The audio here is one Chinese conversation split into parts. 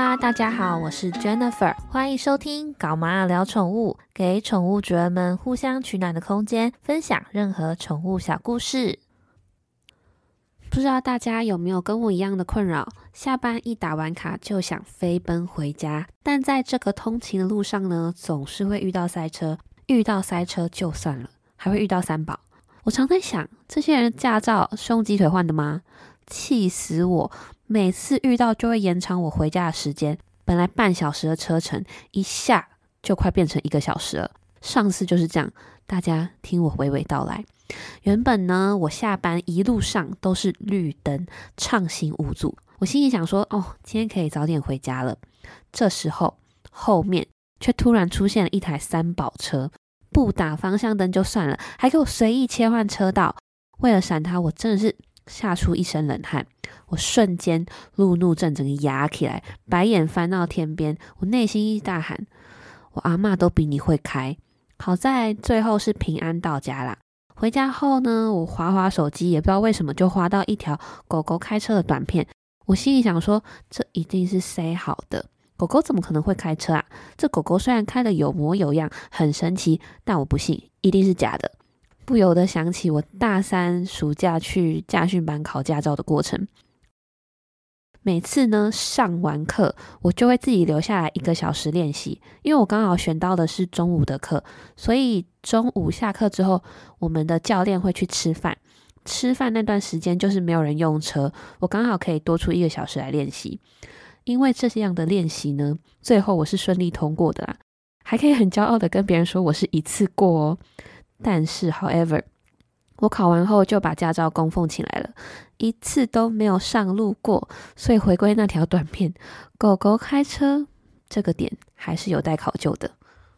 哈，大家好，我是 Jennifer， 欢迎收听搞妈聊宠物，给宠物主人们互相取暖的空间，分享任何宠物小故事。不知道大家有没有跟我一样的困扰，下班一打完卡就想飞奔回家，但在这个通勤的路上呢，总是会遇到塞车，遇到塞车就算了，还会遇到三宝。我常在想，这些人驾照是用鸡腿换的吗？气死我，每次遇到就会延长我回家的时间，本来半小时的车程，一下就快变成1个小时了。上次就是这样，大家听我娓娓道来。原本呢，我下班一路上都是绿灯，畅行无阻。我心里想说，今天可以早点回家了。这时候后面却突然出现了一台三宝车，不打方向灯就算了，还给我随意切换车道。为了闪他，我真的是吓出一身冷汗。我瞬间路怒症整个压起来，白眼翻到天边。我内心一大喊，我阿嬷都比你会开。好在最后是平安到家啦。回家后呢，我滑手机，也不知道为什么就滑到一条狗狗开车的短片。我心里想说，这一定是塞好的，狗狗怎么可能会开车啊？这狗狗虽然开得有模有样，很神奇，但我不信，一定是假的。不由得想起我大3暑假去驾训班考驾照的过程。每次呢上完课，我就会自己留下来1个小时练习，因为我刚好选到的是中午的课，所以中午下课之后，我们的教练会去吃饭。吃饭那段时间就是没有人用车，我刚好可以多出1个小时来练习。因为这样的练习呢，最后我是顺利通过的啦，还可以很骄傲的跟别人说我是1次过哦。但是 however， 我考完后就把驾照供奉起来了，1次都没有上路过。所以回归那条短片，狗狗开车这个点还是有待考究的。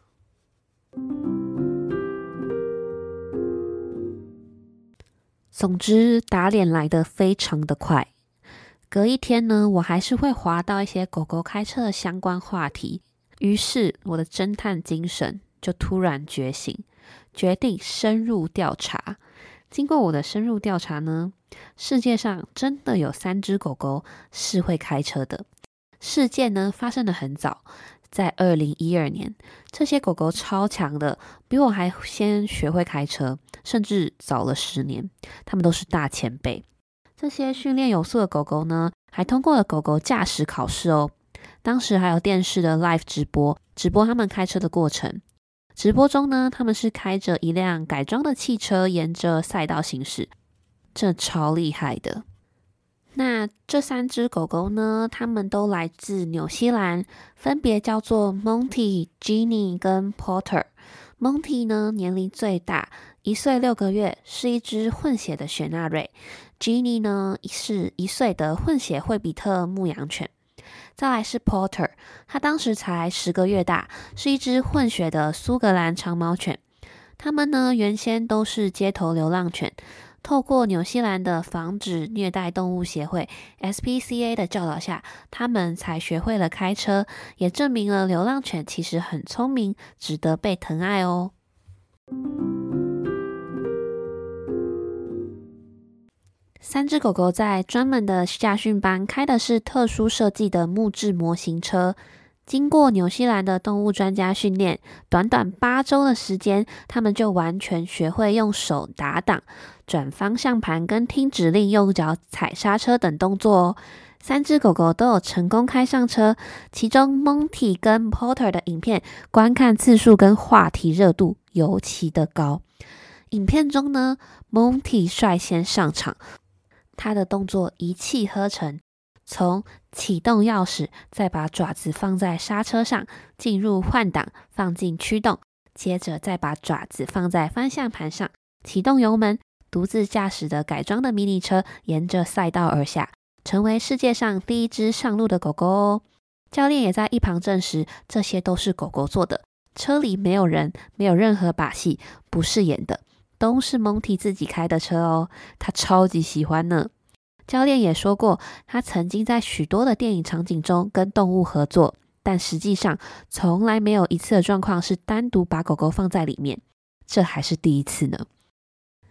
总之打脸来得非常的快，隔一天呢，我还是会滑到一些狗狗开车的相关话题，于是我的侦探精神就突然觉醒，决定深入调查。经过我的深入调查呢，世界上真的有3只狗狗是会开车的。事件呢发生得很早，在2012年，这些狗狗超强的，比我还先学会开车，甚至早了10年，它们都是大前辈。这些训练有素的狗狗呢，还通过了狗狗驾驶考试哦。当时还有电视的 live 直播他们开车的过程。直播中呢，他们是开着一辆改装的汽车沿着赛道行驶，这超厉害的。那这3只狗狗呢，它们都来自纽西兰，分别叫做 Monty、Ginny 跟 Porter。Monty 呢年龄最大，1岁6个月，是一只混血的雪纳瑞。Ginny 呢是1岁的混血惠比特牧羊犬。再来是 Porter， 他当时才10个月大，是一只混血的苏格兰长毛犬。他们呢原先都是街头流浪犬，透过纽西兰的防止虐待动物协会 SPCA 的教导下，他们才学会了开车，也证明了流浪犬其实很聪明，值得被疼爱哦。3只狗狗在专门的驾训班开的是特殊设计的木质模型车，经过纽西兰的动物专家训练，短短8周的时间，他们就完全学会用手打档、转方向盘跟听指令、用脚踩刹车等动作哦。3只狗狗都有成功开上车，其中 Monty 跟 Porter 的影片观看次数跟话题热度尤其的高。影片中呢， Monty 率先上场，他的动作一气呵成，从启动钥匙，再把爪子放在刹车上，进入换挡，放进驱动，接着再把爪子放在方向盘上，启动油门，独自驾驶的改装的迷你车沿着赛道而下，成为世界上第1只上路的狗狗哦。教练也在一旁证实，这些都是狗狗做的，车里没有人，没有任何把戏，不是演的，都是 Monty 自己开的车哦，他超级喜欢呢。教练也说过，他曾经在许多的电影场景中跟动物合作，但实际上从来没有一次的状况是单独把狗狗放在里面，这还是第1次呢。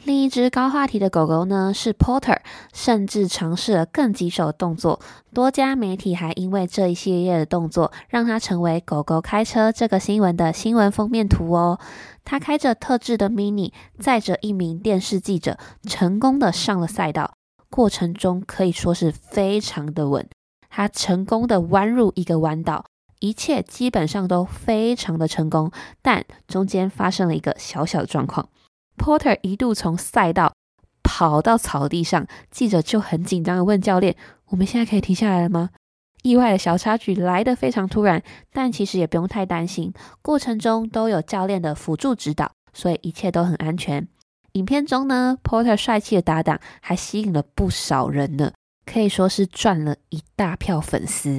另一只高话题的狗狗呢是 Porter， 甚至尝试了更棘手的动作，多家媒体还因为这一系列的动作让它成为狗狗开车这个新闻的新闻封面图哦。他开着特制的 Mini， 载着一名电视记者，成功的上了赛道，过程中可以说是非常的稳。他成功的弯入一个弯道，一切基本上都非常的成功，但中间发生了一个小小的状况。Porter 一度从赛道跑到草地上，记者就很紧张的问教练：“我们现在可以停下来了吗？”意外的小插曲来得非常突然，但其实也不用太担心，过程中都有教练的辅助指导，所以一切都很安全。影片中呢 ，Porter 帅气的搭档还吸引了不少人呢，可以说是赚了一大票粉丝。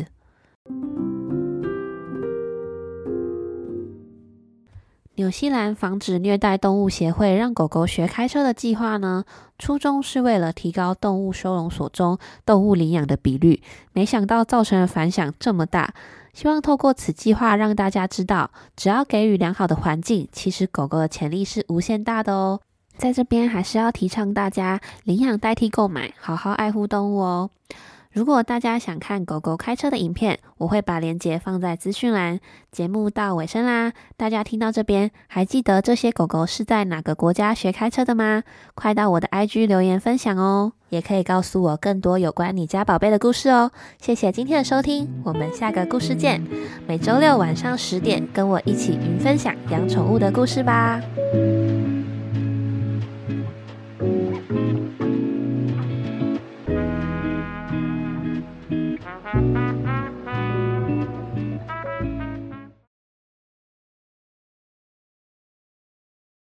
纽西兰防止虐待动物协会让狗狗学开车的计划呢，初衷是为了提高动物收容所中动物领养的比率，没想到造成的反响这么大。希望透过此计划让大家知道，只要给予良好的环境，其实狗狗的潜力是无限大的哦。在这边还是要提倡大家领养代替购买，好好爱护动物哦。如果大家想看狗狗开车的影片，我会把链接放在资讯栏。节目到尾声啦，大家听到这边还记得这些狗狗是在哪个国家学开车的吗？快到我的 IG 留言分享哦，也可以告诉我更多有关你家宝贝的故事哦。谢谢今天的收听，我们下个故事见。每周六晚上10点，跟我一起云分享养宠物的故事吧。